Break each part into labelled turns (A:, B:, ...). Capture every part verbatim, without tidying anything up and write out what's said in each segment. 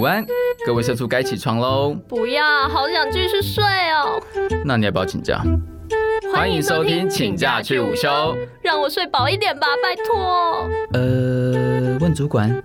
A: 安，各位社畜该起床喽！
B: 不要，好想继续睡哦。
A: 那你要不要请假？欢迎收听请假去午休，
B: 让我睡饱一点吧，拜托。
A: 呃，问主管。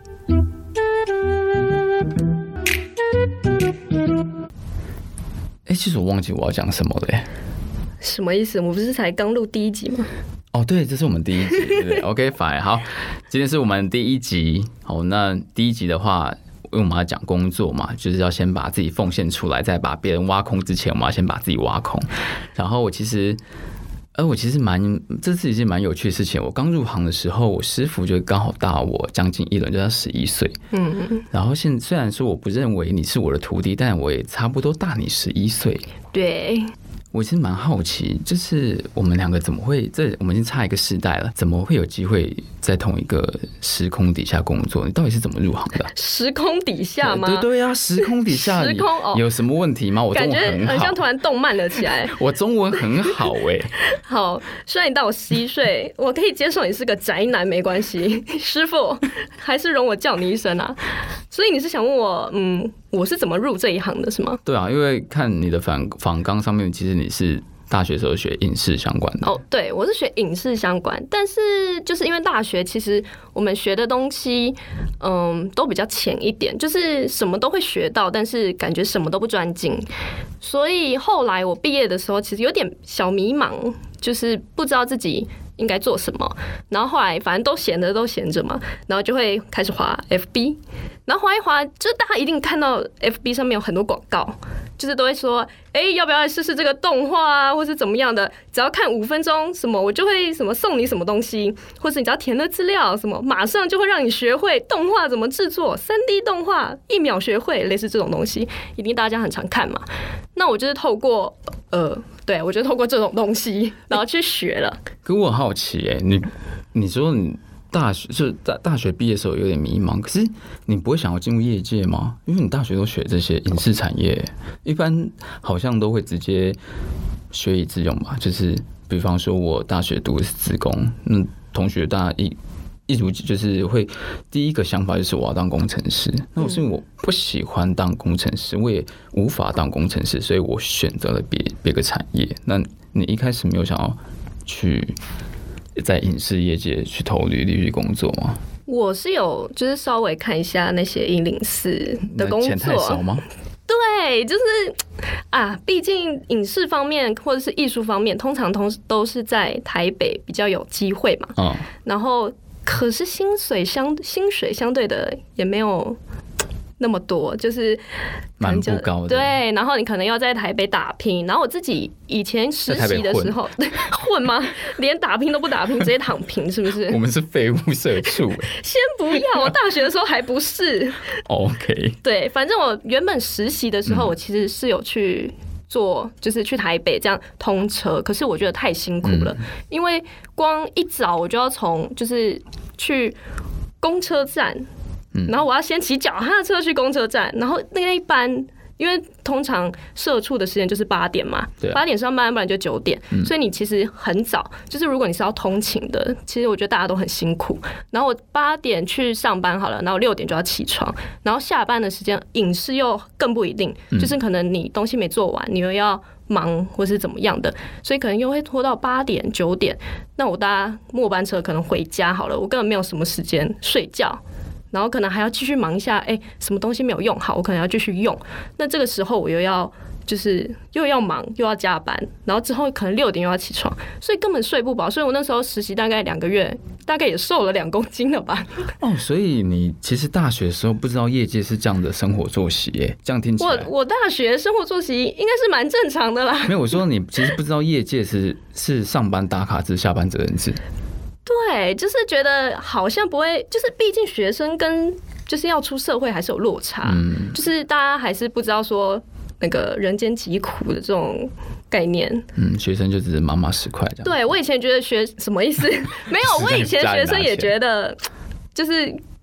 A: 哎，其实我忘记我要讲什么了耶。
B: 什么意思？我不是才刚录第一集吗？
A: 哦，对，这是我们第一集，对不对？OK， fine， 好，今天是我们第一集。好，那第一集的话，因为我们要讲工作嘛，就是要先把自己奉献出来，在把别人挖空之前，我们要先把自己挖空。然后我其实，呃，我其实蛮，这是一件蛮有趣的事情。我刚入行的时候，我师傅就刚好大我将近一轮，就他十一岁。嗯，然后现虽然说我不认为你是我的徒弟，但我也差不多大你十一岁。
B: 对。
A: 我其实蛮好奇，就是我们两个怎么会这我们已经差一个世代了，怎么会有机会在同一个时空底下工作？你到底是怎么入行的、啊？
B: 时空底下吗？
A: 对对啊，时空底下时空、哦、有什么问题吗？我中文很好，
B: 感觉很像突然动漫了起来。
A: 我中文很好哎、欸。
B: 好，虽然你大我十一岁，我可以接受你是个宅男，没关系，师傅还是容我叫你一声啊。所以你是想问我，嗯，我是怎么入这一行的，是吗？
A: 对啊，因为看你的访访纲上面，其实你是大学时候学影视相关的。
B: 哦，对，我是学影视相关，但是就是因为大学其实我们学的东西，嗯，都比较浅一点，就是什么都会学到，但是感觉什么都不专精，所以后来我毕业的时候，其实有点小迷茫，就是不知道自己应该做什么，然后后来反正都闲着都闲着嘛，然后就会开始滑 F B， 然后滑一滑，就大家一定看到 F B 上面有很多广告，就是都会说，哎、欸，要不要来试试这个动画啊，或是怎么样的？只要看五分钟，什么我就会什么送你什么东西，或是你只要填了资料，什么马上就会让你学会动画怎么制作，三 D 动画一秒学会，类似这种东西，一定大家很常看嘛。那我就是透过呃。对，我就透过这种东西，然后去学了。
A: 可我很好奇、欸，你你说你大学就大大学毕业的时候有点迷茫，可是你不会想要进入业界吗？因为你大学都学这些影视产业，一般好像都会直接学以致用吧。就是比方说，我大学读的是资工，嗯，同学大家一。一如就是会第一个想法就是我要当工程师，那我是因为我不喜欢当工程师，我也无法当工程师，所以我选择了别别个产业。那你一开始没有想要去在影视业界去投履历去工作吗？
B: 我是有，就是稍微看一下那些一零四的工作，
A: 钱太少吗？
B: 对，就是啊，毕竟影视方面或者是艺术方面，通常都都是在台北比较有机会嘛。嗯，然后。可是薪水相薪水相对的也没有那么多，就是
A: 蛮不高的。
B: 对，然后你可能要在台北打拼，然后我自己以前实习的时候混, 混吗？连打拼都不打拼，直接躺平，是不是？
A: 我们是废物社畜。
B: 先不要，我大学的时候还不是。
A: OK。
B: 对，反正我原本实习的时候，我其实是有去。做就是去台北这样通车，可是我觉得太辛苦了，嗯、因为光一早我就要从就是去公车站，嗯、然后我要先骑脚踏车去公车站，然后那一班。因为通常社畜的时间就是八点嘛，八点上班，不然就九点、嗯，所以你其实很早。就是如果你是要通勤的，其实我觉得大家都很辛苦。然后我八点去上班好了，然后六点就要起床，然后下班的时间影视又更不一定，就是可能你东西没做完，你又要忙或是怎么样的，所以可能又会拖到八点九点。那我搭末班车可能回家好了，我根本没有什么时间睡觉。然后可能还要继续忙一下，哎，什么东西没有用好，我可能要继续用。那这个时候我又要就是又要忙又要加班，然后之后可能六点又要起床，所以根本睡不饱。所以我那时候实习大概两个月，大概也瘦了两公斤了吧。
A: 哦，所以你其实大学的时候不知道业界是这样的生活作息耶，这样听起来。
B: 我我大学生活作息应该是蛮正常的啦。
A: 没有，我说你其实不知道业界是是上班打卡制，下班责任制。
B: 对，就是觉得好像不会，就是毕竟学生跟就是要出社会还是有落差，嗯、就是大家还是不知道说那个人间疾苦的这种概念。嗯，
A: 学生就只是妈妈十块这样。
B: 对，我以前觉得学什么意思？没有，我以前学生也觉得就是。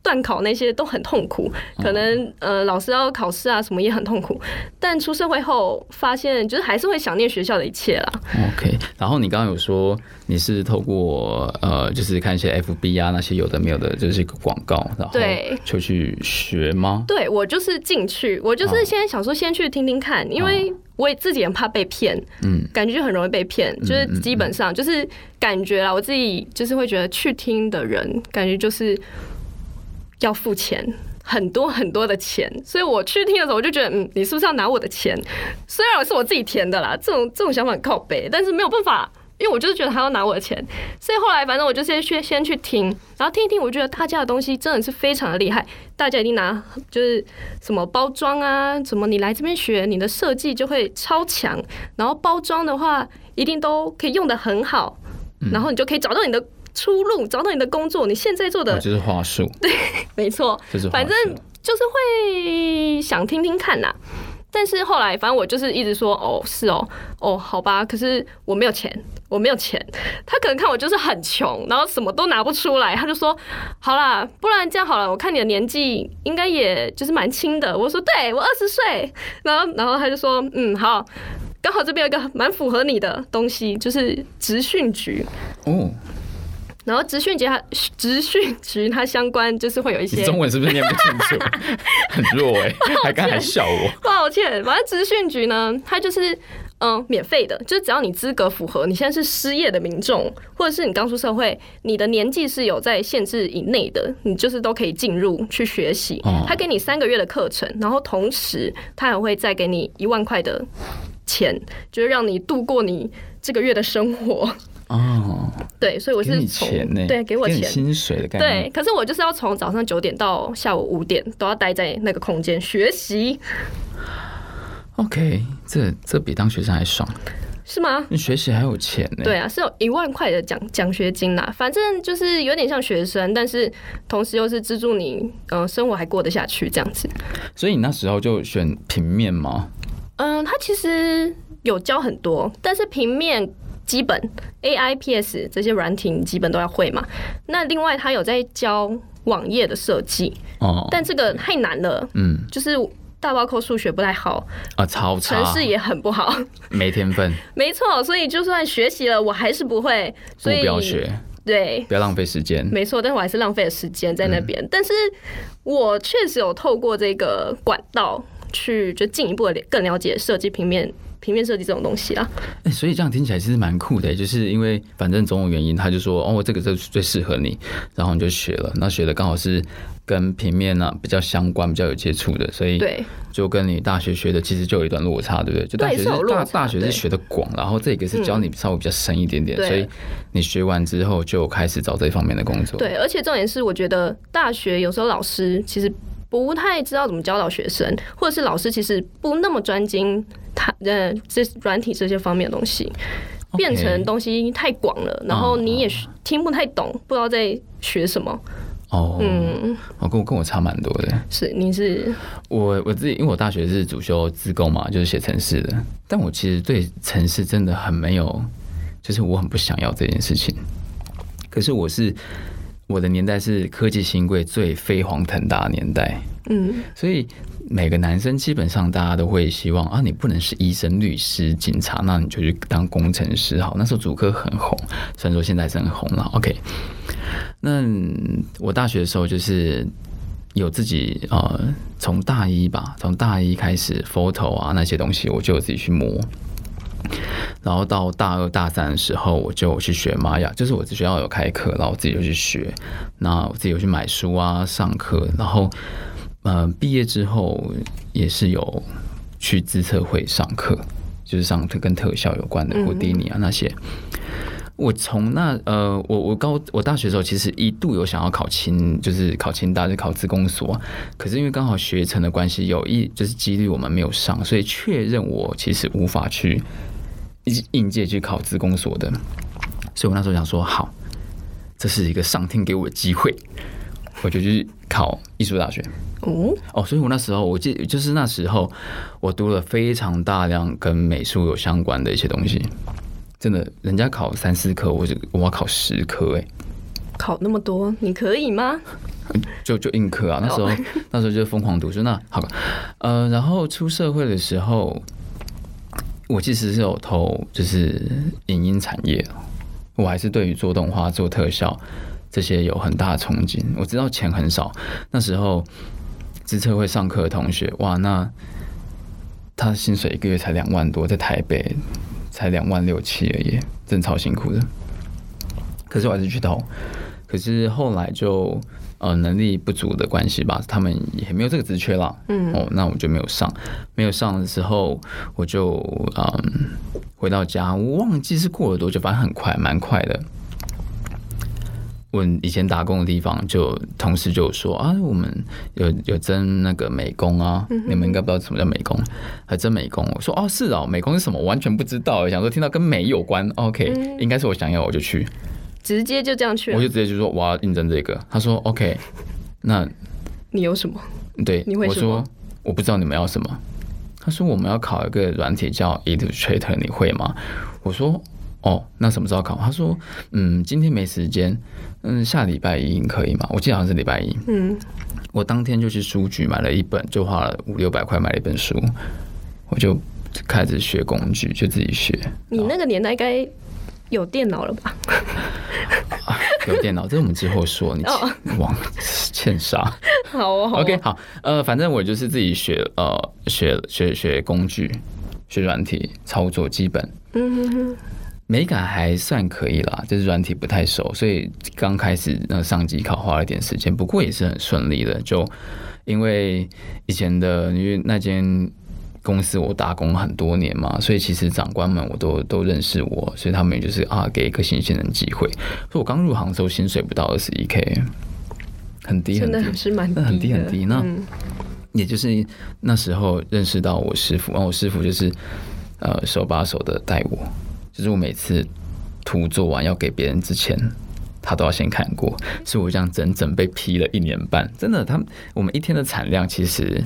B: 段考那些都很痛苦，可能呃老师要考试啊什么也很痛苦，但出社会后发现就是还是会想念学校的一切啦。
A: OK， 然后你刚刚有说你是透过呃就是看一些 F B 啊那些有的没有的就是广告，然后就去学吗？
B: 对，我就是进去，我就是现在想说先去听听看，因为我也自己很怕被骗，嗯，感觉就很容易被骗，就是基本上就是感觉啦，我自己就是会觉得去听的人感觉就是要付钱。很多很多的钱，所以我去听的时候，我就觉得，嗯，你是不是要拿我的钱？虽然是我自己填的啦，这种这种想法很靠北，但是没有办法，因为我就是觉得他要拿我的钱，所以后来反正我就先去先去听，然后听一听，我觉得他家的东西真的是非常的厉害，大家一定拿就是什么包装啊，什么你来这边学，你的设计就会超强，然后包装的话一定都可以用得很好，然后你就可以找到你的出路，找到你的工作，你现在做的、
A: 哦、就是话术，
B: 对，没错，反正就是会想听听看啦。但是后来，反正我就是一直说，哦，是哦，哦，好吧，可是我没有钱，我没有钱。他可能看我就是很穷，然后什么都拿不出来，他就说，好啦，不然这样好了，我看你的年纪应该也就是蛮轻的。我说，对，我二十岁。然后，然后他就说，嗯，好，刚好这边有一个蛮符合你的东西，就是职训局。哦。然后职训局它职训局它相关就是会有一些，
A: 你中文是不是念不清楚？很弱哎、欸，还刚还笑我。
B: 抱歉，反正职训局呢，它就是嗯免费的，就是只要你资格符合，你现在是失业的民众，或者是你刚出社会，你的年纪是有在限制以内的，你就是都可以进入去学习。他给你三个月的课程，然后同时他还会再给你一万块的钱，就是让你度过你这个月的生活。哦，对，所以我是从对给我钱，
A: 给你薪水的概念。
B: 对，可是我就是要从早上九点到下午五点都要待在那个空间学习。
A: OK， 这这比当学生还爽，
B: 是吗？
A: 你学习还有钱呢、欸？
B: 对啊，是有一万块的奖奖学金啦。反正就是有点像学生，但是同时又是资助你，呃，生活还过得下去这样子。
A: 所以你那时候就选平面吗？
B: 嗯，他其实有教很多，但是平面。基本 A I P S 这些软体你基本都要会嘛。那另外他有在教网页的设计，哦，但这个太难了，嗯，就是大包扣数学不太好
A: 啊，超差，
B: 程式也很不好，
A: 没天分。
B: 没错，所以就算学习了，我还是不会，所以
A: 不要学，
B: 对，
A: 不要浪费时间。
B: 没错，但是我还是浪费了时间在那边。嗯、但是我确实有透过这个管道去就进一步的更了解设计平面。平面设计这种东西啦、
A: 欸，所以这样听起来其实蛮酷的、欸，就是因为反正种种原因，他就说哦，这个这最适合你，然后你就学了，那学的刚好是跟平面啊比较相关、比较有接触的，所以就跟你大学学的其实就有一段落差，对不对？就大学是大大学是学的广，然后这个是教你稍微比较深一点点，所以你学完之后就开始找这方面的工作。
B: 对，而且重点是，我觉得大学有时候老师其实不太知道怎么教导学生，或者是老师其实不那么专精。它呃，这软体这些方面的东西，变成东西太广了， okay. 然后你也听不太懂，不知道在学什么。
A: 哦，嗯，我跟我跟我差蛮多的。
B: 是，你是
A: 我我自己，因为我大学是主修资工嘛，就是写程式的，但我其实对程式真的很没有，就是我很不想要这件事情。可是我是我的年代是科技新贵最飞黄腾达的年代，嗯，所以。每个男生基本上大家都会希望啊，你不能是医生、律师、警察，那你就去当工程师好。那时候主科很红，虽然说现在是很红了。OK， 那我大学的时候就是有自己呃，从大一吧，从大一开始 photo 啊那些东西，我就有自己去摸。然后到大二、大三的时候，我就去学玛雅，就是我学校有开课，然后我自己就去学。那我自己有去买书啊、上课，然后。呃，毕业之后也是有去资策会上课，就是上跟特效有关的，或迪尼啊那些。我从那呃，我我高我大学的时候，其实一度有想要考清，就是考清大，就是考资工所。可是因为刚好学程的关系，有一就是几率我们没有上，所以确认我其实无法去应届去考资工所的。所以我那时候想说，好，这是一个上天给我的机会，我就去考艺术大学。哦哦，所以我那时候我记就是那时候我读了非常大量跟美术有相关的一些东西，真的，人家考三四科，我就我要考十科哎。
B: 考那么多，你可以吗？
A: 就就硬课啊，那时候、oh. 那时候就疯狂读书。那好，呃，然后出社会的时候，我其实是有投就是影音产业，我还是对于做动画、做特效这些有很大的憧憬。我知道钱很少，那时候资策会上课的同学，哇，那他薪水一个月才两万多，在台北才两万六七而已，真的超辛苦的。可是我还是去投，可是后来就呃能力不足的关系吧，他们也没有这个职缺啦。嗯，哦，那我就没有上，没有上的时候，我就嗯回到家，我忘记是过了多久，反正很快，蛮快的。我以前打工的地方，就同事就说啊，我们有有征那个美工啊，嗯、你们应该不知道什么叫美工，还征美工。我说哦，是哦，美工是什么？我完全不知道，想说听到跟美有关 ，OK，、嗯、应该是我想要，我就去，
B: 直接就这样去了。
A: 我就直接就说我要应征这个。他说 OK， 那
B: 你有什么？
A: 对，
B: 你会什么？
A: 我说我不知道你们要什么。他说我们要考一个软体叫 Illustrator， 你会吗？我说。哦，那什么时候考？他说，嗯，今天没时间，嗯，下礼拜一可以吗？我记得好像是礼拜一。嗯，我当天就去书局买了一本，就花了五六百块买了一本书，我就开始学工具，就自己学。
B: 你那个年代应该有电脑了吧？
A: 啊、有电脑，这是我们之后说。你往欠杀。
B: 好哦，好哦
A: ，OK， 好，呃，反正我就是自己学，呃，学学学工具，学软体操作基本。嗯哼哼。美感还算可以啦，就是软体不太熟，所以刚开始那上机考花了一点时间，不过也是很顺利的。就因为以前的因为那间公司我打工很多年嘛，所以其实长官们我都都认识我，所以他们就是啊给一个新鲜人机会。所以我刚入行的时候薪水不到二十一 K， 很低很低，
B: 真的是蛮低的，
A: 很低很低。那、嗯、也就是那时候认识到我师傅，然后我师傅就是呃手把手的带我。就是我每次图做完要给别人之前，他都要先看过，所以我这样整整被批了一年半。真的，他我们一天的产量其实，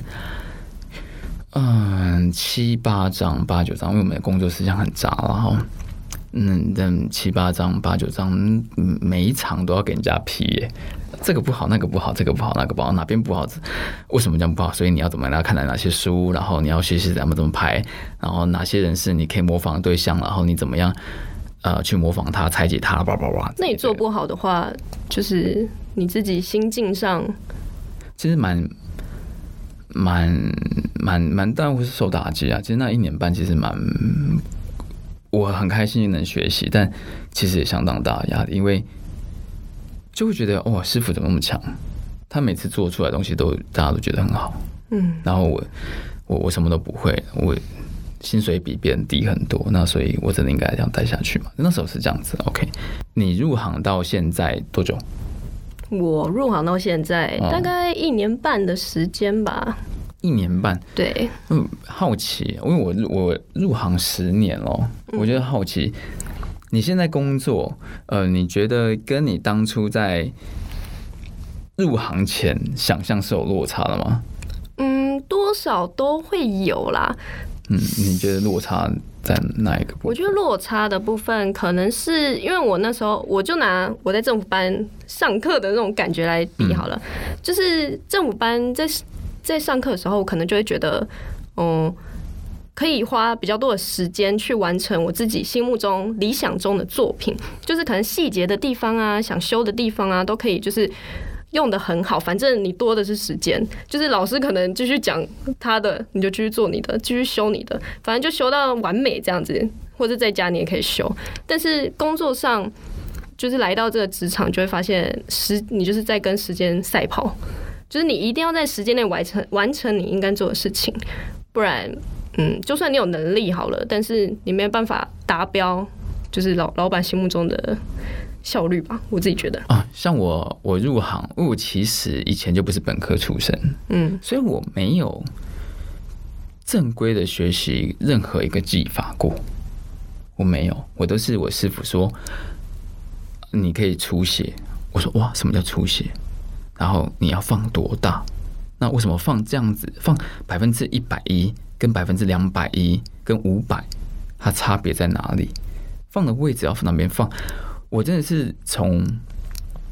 A: 嗯，七八张、八九张，因为我们的工作实际上很杂了哈。嗯，但七八张、八九张，每一场都要给人家批耶。这个不好，那个不好，这个不好，那个不好，哪边不好？为什么这样不好？所以你要怎么样？要看哪些书，然后你要学习怎么怎么拍，然后哪些人是你可以模仿的对象，然后你怎么样呃去模仿他、拆解他，叭叭叭。
B: 那你做不好的话，就是你自己心境上，
A: 其实蛮蛮蛮蛮，当然会是受打击啊。其实那一年半其实蛮，我很开心能学习，但其实也相当大的压力，因为。就会觉得哇，师傅怎么那么强？他每次做出来的东西都大家都觉得很好，嗯。然后我我我什么都不会，我薪水比别人低很多，那所以我真的应该这样待下去嘛？那时候是这样子。OK， 你入行到现在多久？
B: 我入行到现在、哦、大概一年半的时间吧。
A: 一年半，
B: 对。
A: 嗯，好奇，因为我我入行十年了，我觉得好奇。你现在工作，呃，你觉得跟你当初在入行前想象是有落差的吗？
B: 嗯，多少都会有啦。
A: 嗯，你觉得落差在哪一个部分？
B: 我觉得落差的部分，可能是因为我那时候，我就拿我在政府班上课的那种感觉来比好了。嗯、就是政府班在在上课的时候，我可能就会觉得，嗯。可以花比较多的时间去完成我自己心目中理想中的作品，就是可能细节的地方啊，想修的地方啊，都可以就是用得很好。反正你多的是时间，就是老师可能继续讲他的，你就继续做你的，继续修你的，反正就修到完美这样子，或者在家你也可以修。但是工作上，就是来到这个职场，就会发现时你就是在跟时间赛跑，就是你一定要在时间内完成完成你应该做的事情，不然。嗯，就算你有能力好了，但是你没有办法达标，就是老老板心目中的效率吧，我自己觉得
A: 啊。像我，我入行，因为我其实以前就不是本科出身，嗯，所以我没有正规的学习任何一个技法过，我没有，我都是我师傅说你可以出血，我说哇，什么叫出血？然后你要放多大？那为什么放这样子？放百分之一百一？跟百分之两百一跟五百，它差别在哪里？放的位置要放哪边放？我真的是从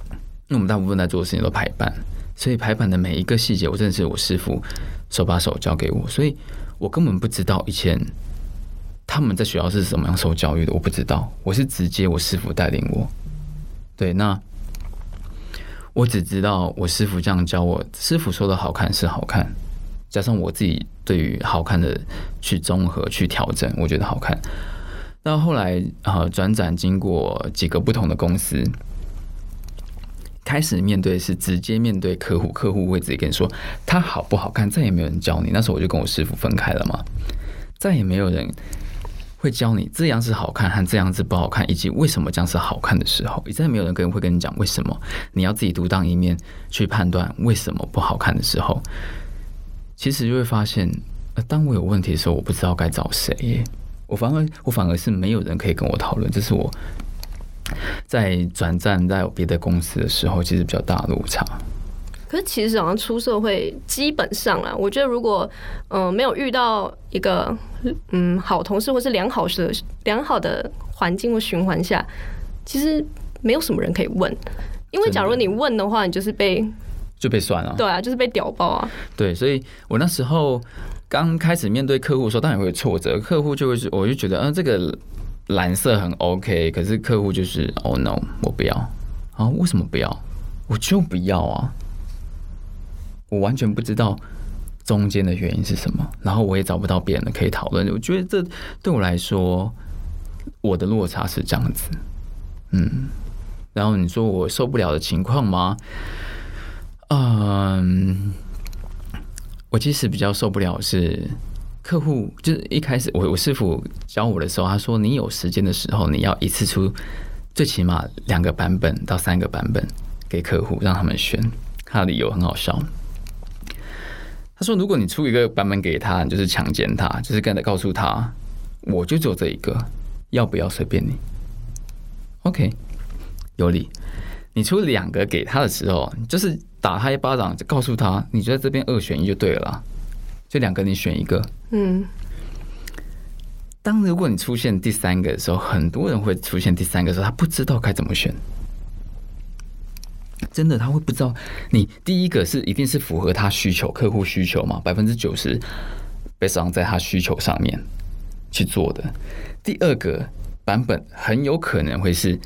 A: 那我们大部分在做的事情都排版，所以排版的每一个细节，我真的是我师傅手把手教给我，所以我根本不知道以前他们在学校是怎么样受教育的，我不知道，我是直接我师傅带领我。对，那我只知道我师傅这样教我，师傅说的好看是好看，加上我自己对于好看的去综合去调整，我觉得好看。到后来呃转展经过几个不同的公司，开始面对是直接面对客户，客户会直接跟你说它好不好看，再也没有人教你。那时候我就跟我师傅分开了嘛，再也没有人会教你这样是好看和这样是不好看，以及为什么这样是好看的时候，再也没有人跟会跟你讲为什么，你要自己独当一面去判断为什么不好看的时候，其实就会发现，呃，当我有问题的时候，我不知道该找谁耶。我反而我反而是没有人可以跟我讨论，这是我在转战在别的公司的时候，其实比较大的落差。
B: 可是其实好像出社会，基本上啊，我觉得如果嗯、呃、没有遇到一个嗯好同事，或是良好的良好的环境或循环下，其实没有什么人可以问，因为假如你问的话，你就是被
A: 就被算了。
B: 对啊，就是被屌爆啊。对，
A: 所以我那时候刚开始面对客户的时候，当然会有挫折，客户就会我就觉得，嗯、呃，这个蓝色很 OK， 可是客户就是哦 no， 我不要啊，为什么不要？我就不要啊。我完全不知道中间的原因是什么，然后我也找不到别人可以讨论。我觉得这对我来说，我的落差是这样子。嗯，然后你说我受不了的情况吗？嗯，我其实比较受不了的是客户，就是一开始我我师傅教我的时候，他说你有时间的时候，你要一次出最起码两个版本到三个版本给客户，让他们选。他的理由很好笑。他说：“如果你出一个版本给他，你就是强奸他，就是跟他告诉他，我就只有这一个，要不要随便你。OK， 有理。你出两个给他的时候，就是打他一巴掌，就告诉他，你就在这边二选一就对了啦，就两个你选一个。嗯。当如果你出现第三个的时候，很多人会出现第三个的时候，他不知道该怎么选。”真的，他会不知道你第一个是一定是符合他需求、客户需求嘛？百分之九十 based on 在他需求上面去做的。第二个版本很有可能会是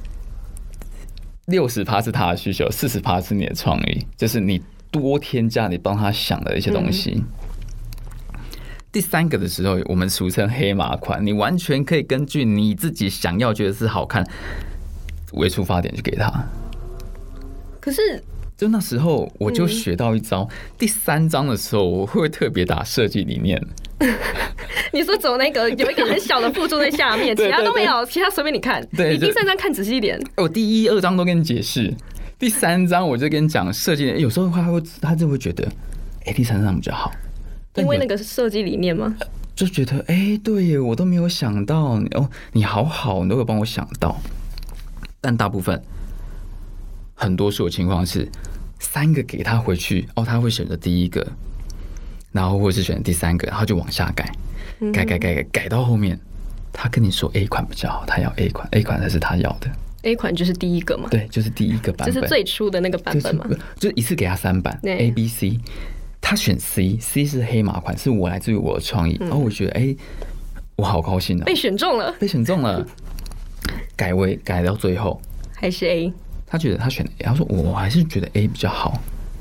A: 六十趴是他的需求，四十趴是你的创意，就是你多添加你帮他想的一些东西。嗯、第三个的时候，我们俗称黑马款，你完全可以根据你自己想要觉得是好看为出发点去给他。
B: 可是，
A: 就那时候我就学到一招，嗯、第三章的时候我会特别打设计理念。
B: 你说走那个有一个很小的附注在下面，其他都没有，其他随便你看。对，你第三章看仔细一点。
A: 我第一、二章都跟你解释，第三章我就跟你讲设计。有时候他会，他就会觉得，哎、欸，第三章比较好，
B: 因为那个是设计理念吗？
A: 就觉得，哎、欸，对耶，我都没有想到，哦，你好好，你都会帮我想到，但大部分。很多数的情况是三个给他回去，哦，他会选择第一个，然后或是选择第三个，然后就往下改，改改改改改到后面，他跟你说 A 款比较好，他要 A 款 ，A 款才是他要的。
B: A 款就是第一个嘛？
A: 对，就是第一个版本，
B: 就是最初的那个版本嘛。
A: 就是、就是一次给他三版 ，A、B、C， 他选 C，C 是黑马款，是我来自于我的创意，然后我觉得，哎、欸，我好高兴啊，
B: 被选中了，
A: 被选中了，改为改到最后
B: 还是 A。
A: 他觉得他选 A， 他说我还是觉得 A 比较好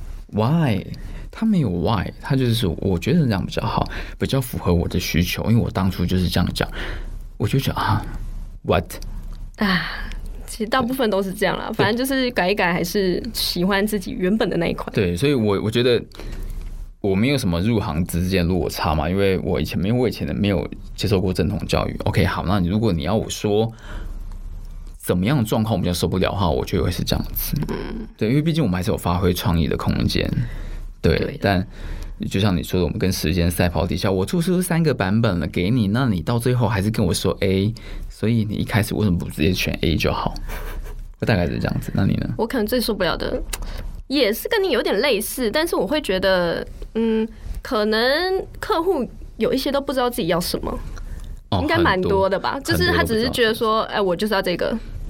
A: ，Why？ 他没有 Why， 他就是说我觉得这样比较好，比较符合我的需求，因为我当初就是这样讲，我就觉得啊 ，What？
B: 啊，其实大部分都是这样啦，反正就是改一改，还是喜欢自己原本的那一款。
A: 对，所以我我觉得我没有什么入行之间的落差嘛，因为我以前没有，我以前的没有接受过正统教育。OK， 好，那如果你要我说。怎么样的状况我比较受不了的话，我觉得会是这样子。嗯，对，因为毕竟我们还是有发挥创意的空间。对，对但就像你说的，我们跟时间赛跑底下，我出出三个版本了给你，那你到最后还是跟我说 A， 所以你一开始为什么不直接选 A 就好？我大概是这样子。那你呢？
B: 我可能最受不了的也是跟你有点类似，但是我会觉得，嗯，可能客户有一些都不知道自己要什么。应该蛮多的吧，就是他只是觉得说，哎、欸，我就是要这个，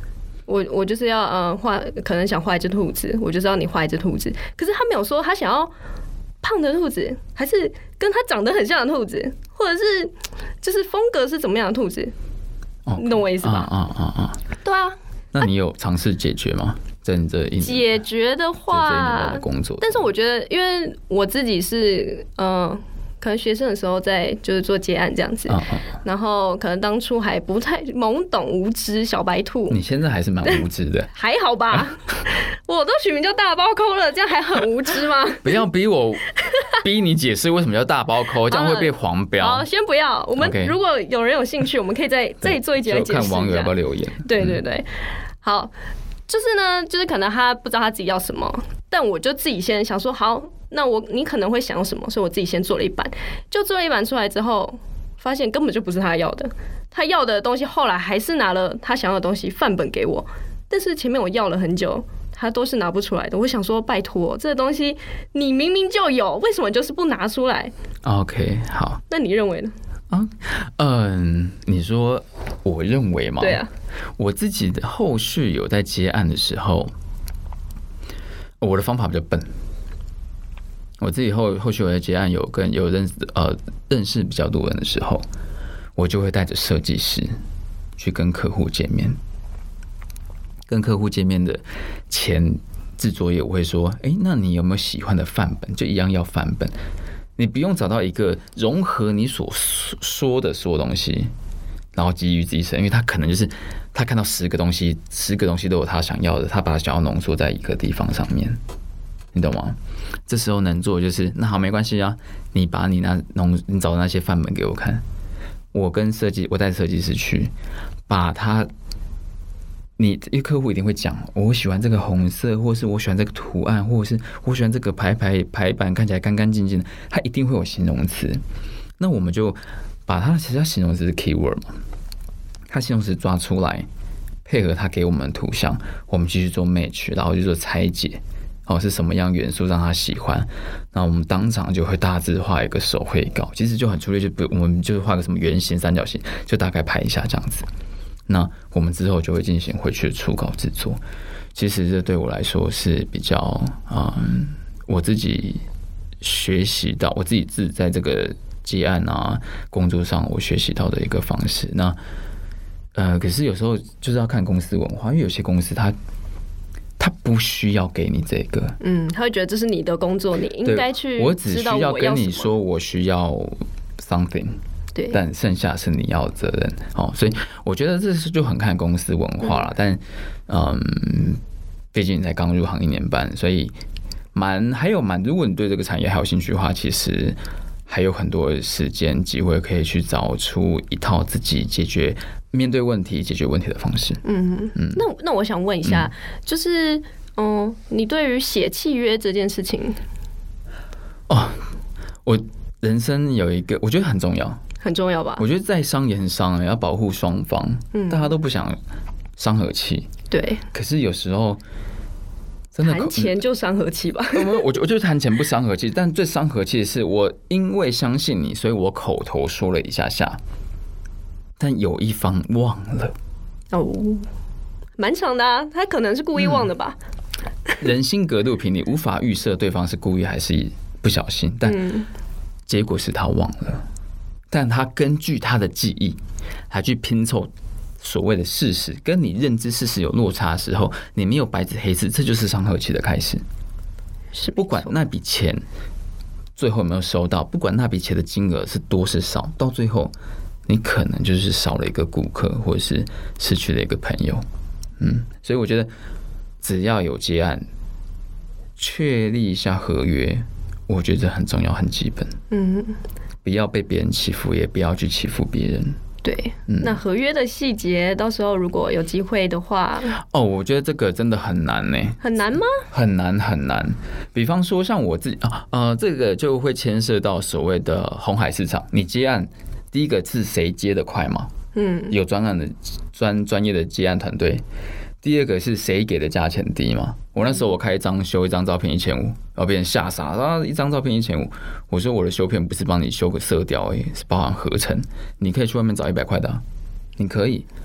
B: 我我就是要呃画，可能想画一只兔子，我就是要你画一只兔子。可是他没有说他想要胖的兔子，还是跟他长得很像的兔子，或者是就是风格是怎么样的兔子？哦、你懂我意思吧？
A: 啊啊啊啊！
B: 对啊。
A: 那你有尝试解决吗？在你这一年
B: 解决的话，
A: 的工作，
B: 但是我觉得，因为我自己是嗯。呃可能学生的时候在就是做接案这样子， uh, uh, 然后可能当初还不太懵懂无知小白兔。
A: 你现在还是蛮无知的，
B: 还好吧？我都取名叫大包抠了，这样还很无知吗？
A: 不要逼我，逼你解释为什么叫大包抠，这样会被黄标。
B: 好，先不要。我们如果有人有兴趣，我们可以再再做一集来解释一下。
A: 看网友要不要留言？
B: 对对对，好。就是呢，就是可能他不知道他自己要什么，但我就自己先想说，好，那我你可能会想要什么，所以我自己先做了一版，就做了一版出来之后，发现根本就不是他要的，他要的东西后来还是拿了他想要的东西范本给我，但是前面我要了很久，他都是拿不出来的。我想说，拜托，这个东西你明明就有，为什么就是不拿出来
A: ？OK， 好，
B: 那你认为呢？
A: 啊，嗯，你说我认为吗？
B: 对啊，
A: 我自己的后续有在接案的时候，我的方法比较笨。我自己后后续有在接案，有跟有认识呃认识比较多人的时候，我就会带着设计师去跟客户见面。跟客户见面的前置作业，我会说：哎、欸，那你有没有喜欢的范本？就一样要范本。你不用找到一个融合你所说的所有东西，然后基于自己身，因为他可能就是他看到十个东西，十个东西都有他想要的，他把它想要浓缩在一个地方上面，你懂吗？这时候能做的就是，那好，没关系啊，你把你那浓，你找的那些范本给我看，我跟设计，我带设计师去把它。你因为客户一定会讲，我喜欢这个红色，或是我喜欢这个图案，或者是我喜欢这个排排排版看起来干干净净的，它一定会有形容词。那我们就把它其实它形容词是 keyword 嘛，它形容词抓出来，配合它给我们的图像，我们继续做 match， 然后就做拆解，哦是什么样元素让他喜欢，那我们当场就会大致画一个手绘稿，其实就很粗略，就不我们就是画个什么圆形、三角形，就大概拍一下这样子。那我们之后就会进行回去的初稿制作。其实这对我来说是比较，嗯，我自己学习到，我自己自在这个接案啊工作上，我学习到的一个方式。那呃，可是有时候就是要看公司文化，因为有些公司它他不需要给你这个，
B: 嗯，他会觉得这是你的工作，你应该去知道我要什么。
A: 我只需要跟你说我需要 something。对，但剩下是你要的责任，哦，所以我觉得这是就很看公司文化了。嗯、但嗯，毕竟你才刚入行一年半，所以蛮还有蛮，如果你对这个产业还有兴趣的话，其实还有很多时间机会可以去找出一套自己解决面对问题、解决问题的方式。
B: 嗯嗯，那那我想问一下，嗯、就是嗯，你对于写契约这件事情，
A: 哦，我人生有一个我觉得很重要。
B: 很重要吧？
A: 我觉得再伤也很伤，要保护双方。嗯，大家都不想伤和气。
B: 对。
A: 可是有时候真的
B: 谈钱就伤和气吧。
A: 我我就谈钱不伤和气，但最伤和气的是，我因为相信你，所以我口头说了一下下，但有一方忘了。
B: 哦，蛮长的啊，他可能是故意忘的吧。
A: 嗯、人心隔肚皮，你无法预设对方是故意还是不小心，但结果是他忘了。但他根据他的记忆，还去拼凑所谓的事实，跟你认知事实有落差的时候，你没有白纸黑字，这就是伤和气的开始。是不管那笔钱最后有没有收到，不管那笔钱的金额是多是少，到最后你可能就是少了一个顾客，或者是失去了一个朋友。嗯，所以我觉得只要有接案，确立一下合约，我觉得这很重要，很基本。嗯。不要被别人欺负，也不要去欺负别人。
B: 对，嗯、那合约的细节，到时候如果有机会的话，
A: 哦，我觉得这个真的很难呢。
B: 很难吗？
A: 很难很难。比方说，像我自己啊，呃，这个就会牵涉到所谓的红海市场。你接案，第一个是谁接得快嘛？嗯，有专案的专专业的接案团队。第二个是谁给的价钱低嘛？我那时候我开一张修一张照片一千五，然后被人吓傻，然后一张照片一千五，我说我的修片不是帮你修个色调而已，是包含合成，你可以去外面找一百块的、啊，你可以。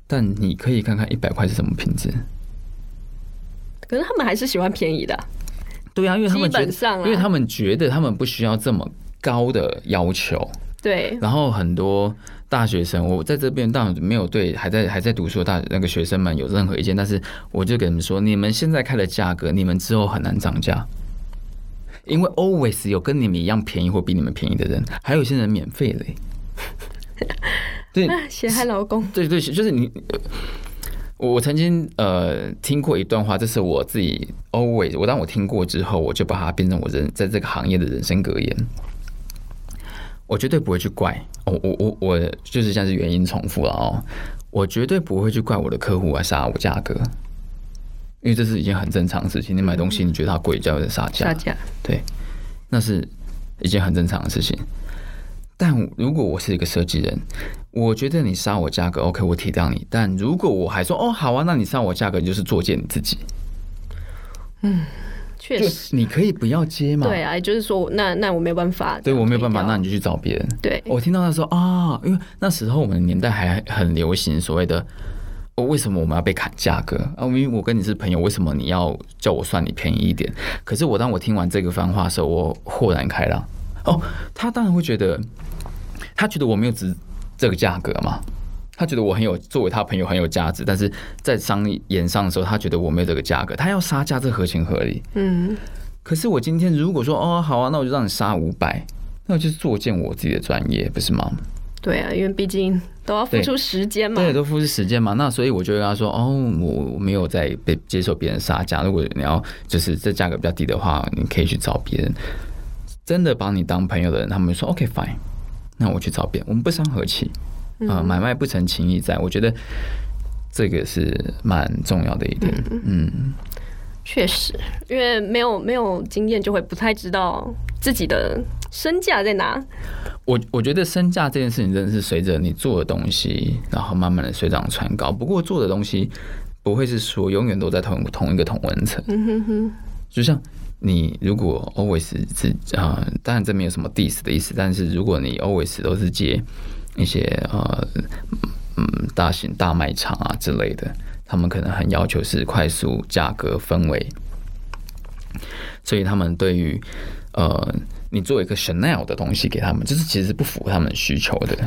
A: 但你可以看看一百块是什么品质。
B: 可是他们还是喜欢便宜的、啊。
A: 对啊，因为他们觉得，
B: 因
A: 为他们觉得他们不需要这么高的要求。
B: 对。
A: 然后很多大学生，我在这边当然没有对还在还在读书的大那个学生们有任何意见，但是我就跟你们说，你们现在开的价格，你们之后很难涨价。因为 always 有跟你们一样便宜或比你们便宜的人，还有一些人免费嘞。对，
B: 血汗劳工。
A: 对对，就是你。我曾经呃听过一段话，这是我自己 always 我当我听过之后，我就把它变成我人在这个行业的人生格言。我绝对不会去怪我我我我就是像是原因重复了哦，我绝对不会去怪我的客户来杀我价格。因为这是一件很正常的事情，你买东西你觉得它贵，就要杀价，
B: 杀价，
A: 对，那是一件很正常的事情。但如果我是一个设计人，我觉得你杀我价格 ，OK， 我体谅你。但如果我还说哦好啊，那你杀我价格，你就是作践你自己。
B: 嗯，确实，
A: 你可以不要接嘛。
B: 对啊，也就是说，那那我没有办法，
A: 对我没有办法，那你就去找别人。
B: 对，
A: 我听到他说啊，因为那时候我们的年代还很流行所谓的。哦、为什么我们要被砍价格啊？因为我跟你是朋友，为什么你要叫我算你便宜一点？可是我当我听完这个番话的时候，我豁然开朗。哦，他当然会觉得，他觉得我没有值这个价格嘛，他觉得我很有作为他朋友很有价值，但是在商言上的时候，他觉得我没有这个价格，他要杀价，这合情合理。嗯。可是我今天如果说哦好啊，那我就让你杀五百，那我就是作践我自己的专业，不是吗？
B: 对啊，因为毕竟都要付出时间嘛。
A: 对，都付出时间嘛。那所以我就跟他说，哦，我没有在被接受别人杀价。如果你要就是这价格比较低的话，你可以去找别人。真的把你当朋友的人，他们说 OK fine， 那我去找别人，我们不伤和气啊、呃，买卖不成情义在。我觉得这个是蛮重要的一点。嗯，
B: 确实，因为没有没有经验，就会不太知道自己的身价在哪。
A: 我我觉得身价这件事情真的是随着你做的东西，然后慢慢的水涨船高。不过做的东西不会是说永远都在同同一个同温层。嗯哼哼。就像你如果 always 是啊、呃，当然这没有什么 diss 的意思，但是如果你 always 都是接一些呃嗯大型大卖场啊之类的，他们可能很要求是快速价格氛围，所以他们对于呃。你做一个 Chanel 的东西给他们，就是其实是不符合他们需求的。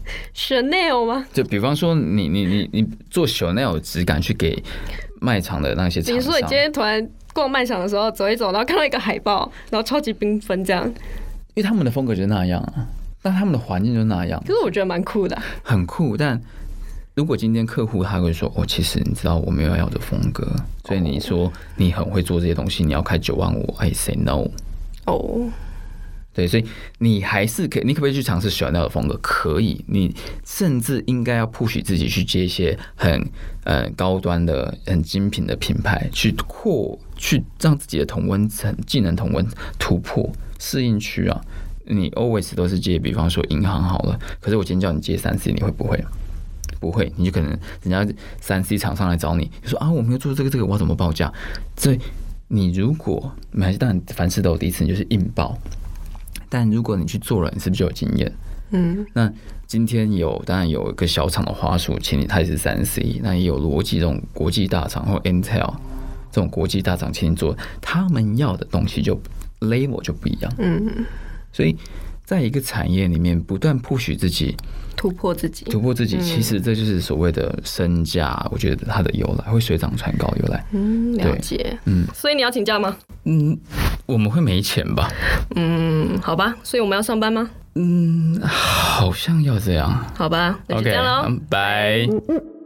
B: Chanel 吗？
A: 就比方说你，你你你做 Chanel 的质感去给卖场的那些厂商。
B: 你说你今天突然逛卖场的时候走一走，然后看到一个海报，然后超级缤纷这样。
A: 因为他们的风格就是那样啊，但他们的环境就是那样。
B: 可是我觉得蛮酷的、啊。很
A: 酷，但如果今天客户他会说，哦，其实你知道我没有要的风格，所以你说你很会做这些东西，你要开九万五 ，I say no。哦。对，所以你还是可以，你可不可以去尝试 Chanel 的风格？可以，你甚至应该要 push 自己去接一些很呃高端的、很精品的品牌，去扩，去让自己的同温层、技能同温突破适应区啊。你 always 都是接，比方说银行好了，可是我今天叫你接三 C， 你会不会？不会，你就可能人家三 C 厂商来找你，你说啊，我没有做这个这个，我要怎么报价？所以你如果还是当然凡事都有第一次，你就是硬报。但如果你去做了，你是不是就有经验？嗯，那今天有当然有一个小厂的花束，请你它也是三 C， 那也有逻辑这种国际大厂或 Intel 这种国际大厂，请你做，他们要的东西就 level 就不一样。嗯，所以在一个产业里面不断 push 自己，
B: 突破自己，
A: 突破自己，嗯、其实这就是所谓的身价。我觉得它的由来会水涨船高由来。
B: 嗯，了解。嗯，所以你要请假吗？
A: 嗯，我们会没钱吧？
B: 嗯，好吧。所以我们要上班吗？
A: 嗯，好像要这样。
B: 好吧，那就这样喽。
A: 拜。